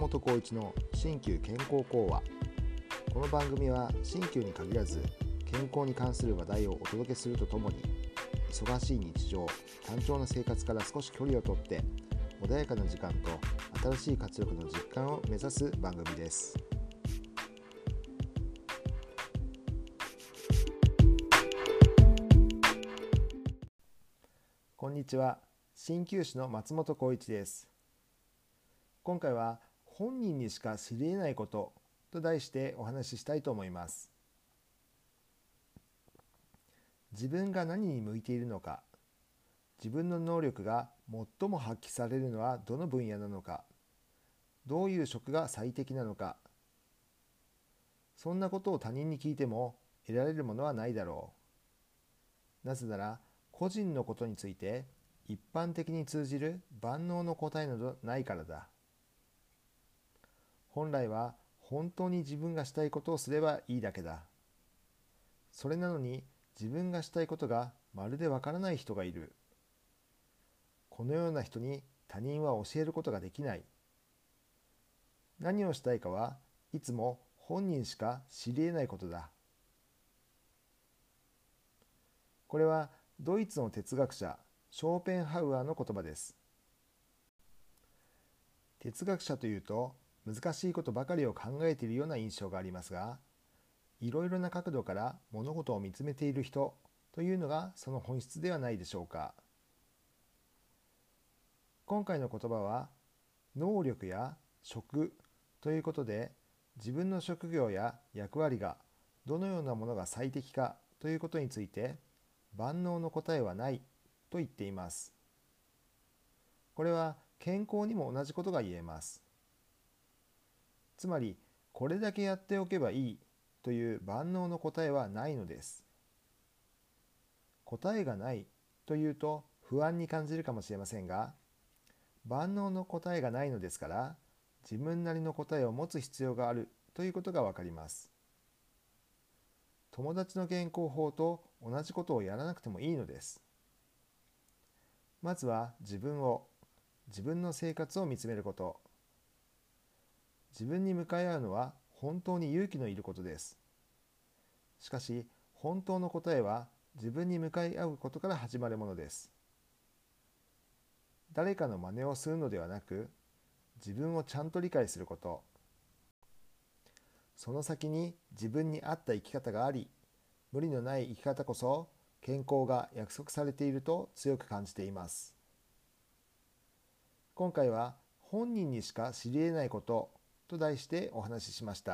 本浩一の新旧健康講話。この番組は新旧に限らず健康に関する話題をお届けするとともに、忙しい日常、単調な生活から少し距離をとって穏やかな時間と新しい活力の実感を目指す番組です。こんにちは、鍼灸師の松本浩一です。今回は本人にしか知り得ないことと題してお話ししたいと思います。自分が何に向いているのか、自分の能力が最も発揮されるのはどの分野なのか、どういう職が最適なのか、そんなことを他人に聞いても得られるものはないだろう。なぜなら個人のことについて一般的に通じる万能の答えなどないからだ。本来は本当に自分がしたいことをすればいいだけだ。それなのに自分がしたいことがまるでわからない人がいる。このような人に他人は教えることができない。何をしたいかはいつも本人しか知り得ないことだ。これはドイツの哲学者ショーペンハウアーの言葉です。哲学者というと難しいことばかりを考えているような印象がありますが、いろいろな角度から物事を見つめている人というのがその本質ではないでしょうか。今回の言葉は能力や職ということで、自分の職業や役割がどのようなものが最適かということについて万能の答えはないと言っています。これは健康にも同じことが言えます。つまりこれだけやっておけばいいという万能の答えはないのです。答えがないというと不安に感じるかもしれませんが、万能の答えがないのですから自分なりの答えを持つ必要があるということがわかります。友達の健康法と同じことをやらなくてもいいのです。まずは自分の生活を見つめること。自分に向かい合うのは本当に勇気のいることです。しかし本当の答えは自分に向かい合うことから始まるものです。誰かの真似をするのではなく、自分をちゃんと理解すること。その先に自分に合った生き方があり、無理のない生き方こそ健康が約束されていると強く感じています。今回は本人にしか知り得ないことと題してお話ししました。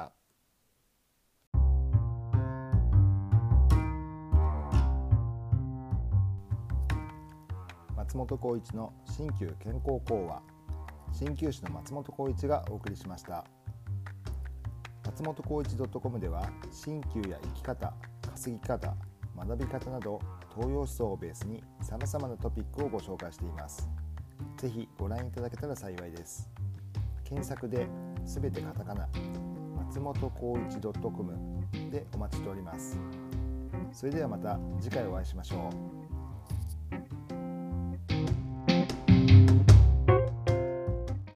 松本浩一の鍼灸健康講話。鍼灸師の松本浩一がお送りしました。松本浩一 .com では鍼灸や生き方、稼ぎ方、学び方など東洋思想をベースにさまざまなトピックをご紹介しています。ぜひご覧いただけたら幸いです。検索ですべてカタカナ松本浩一 .com でお待ちしております。それではまた次回お会いしましょう。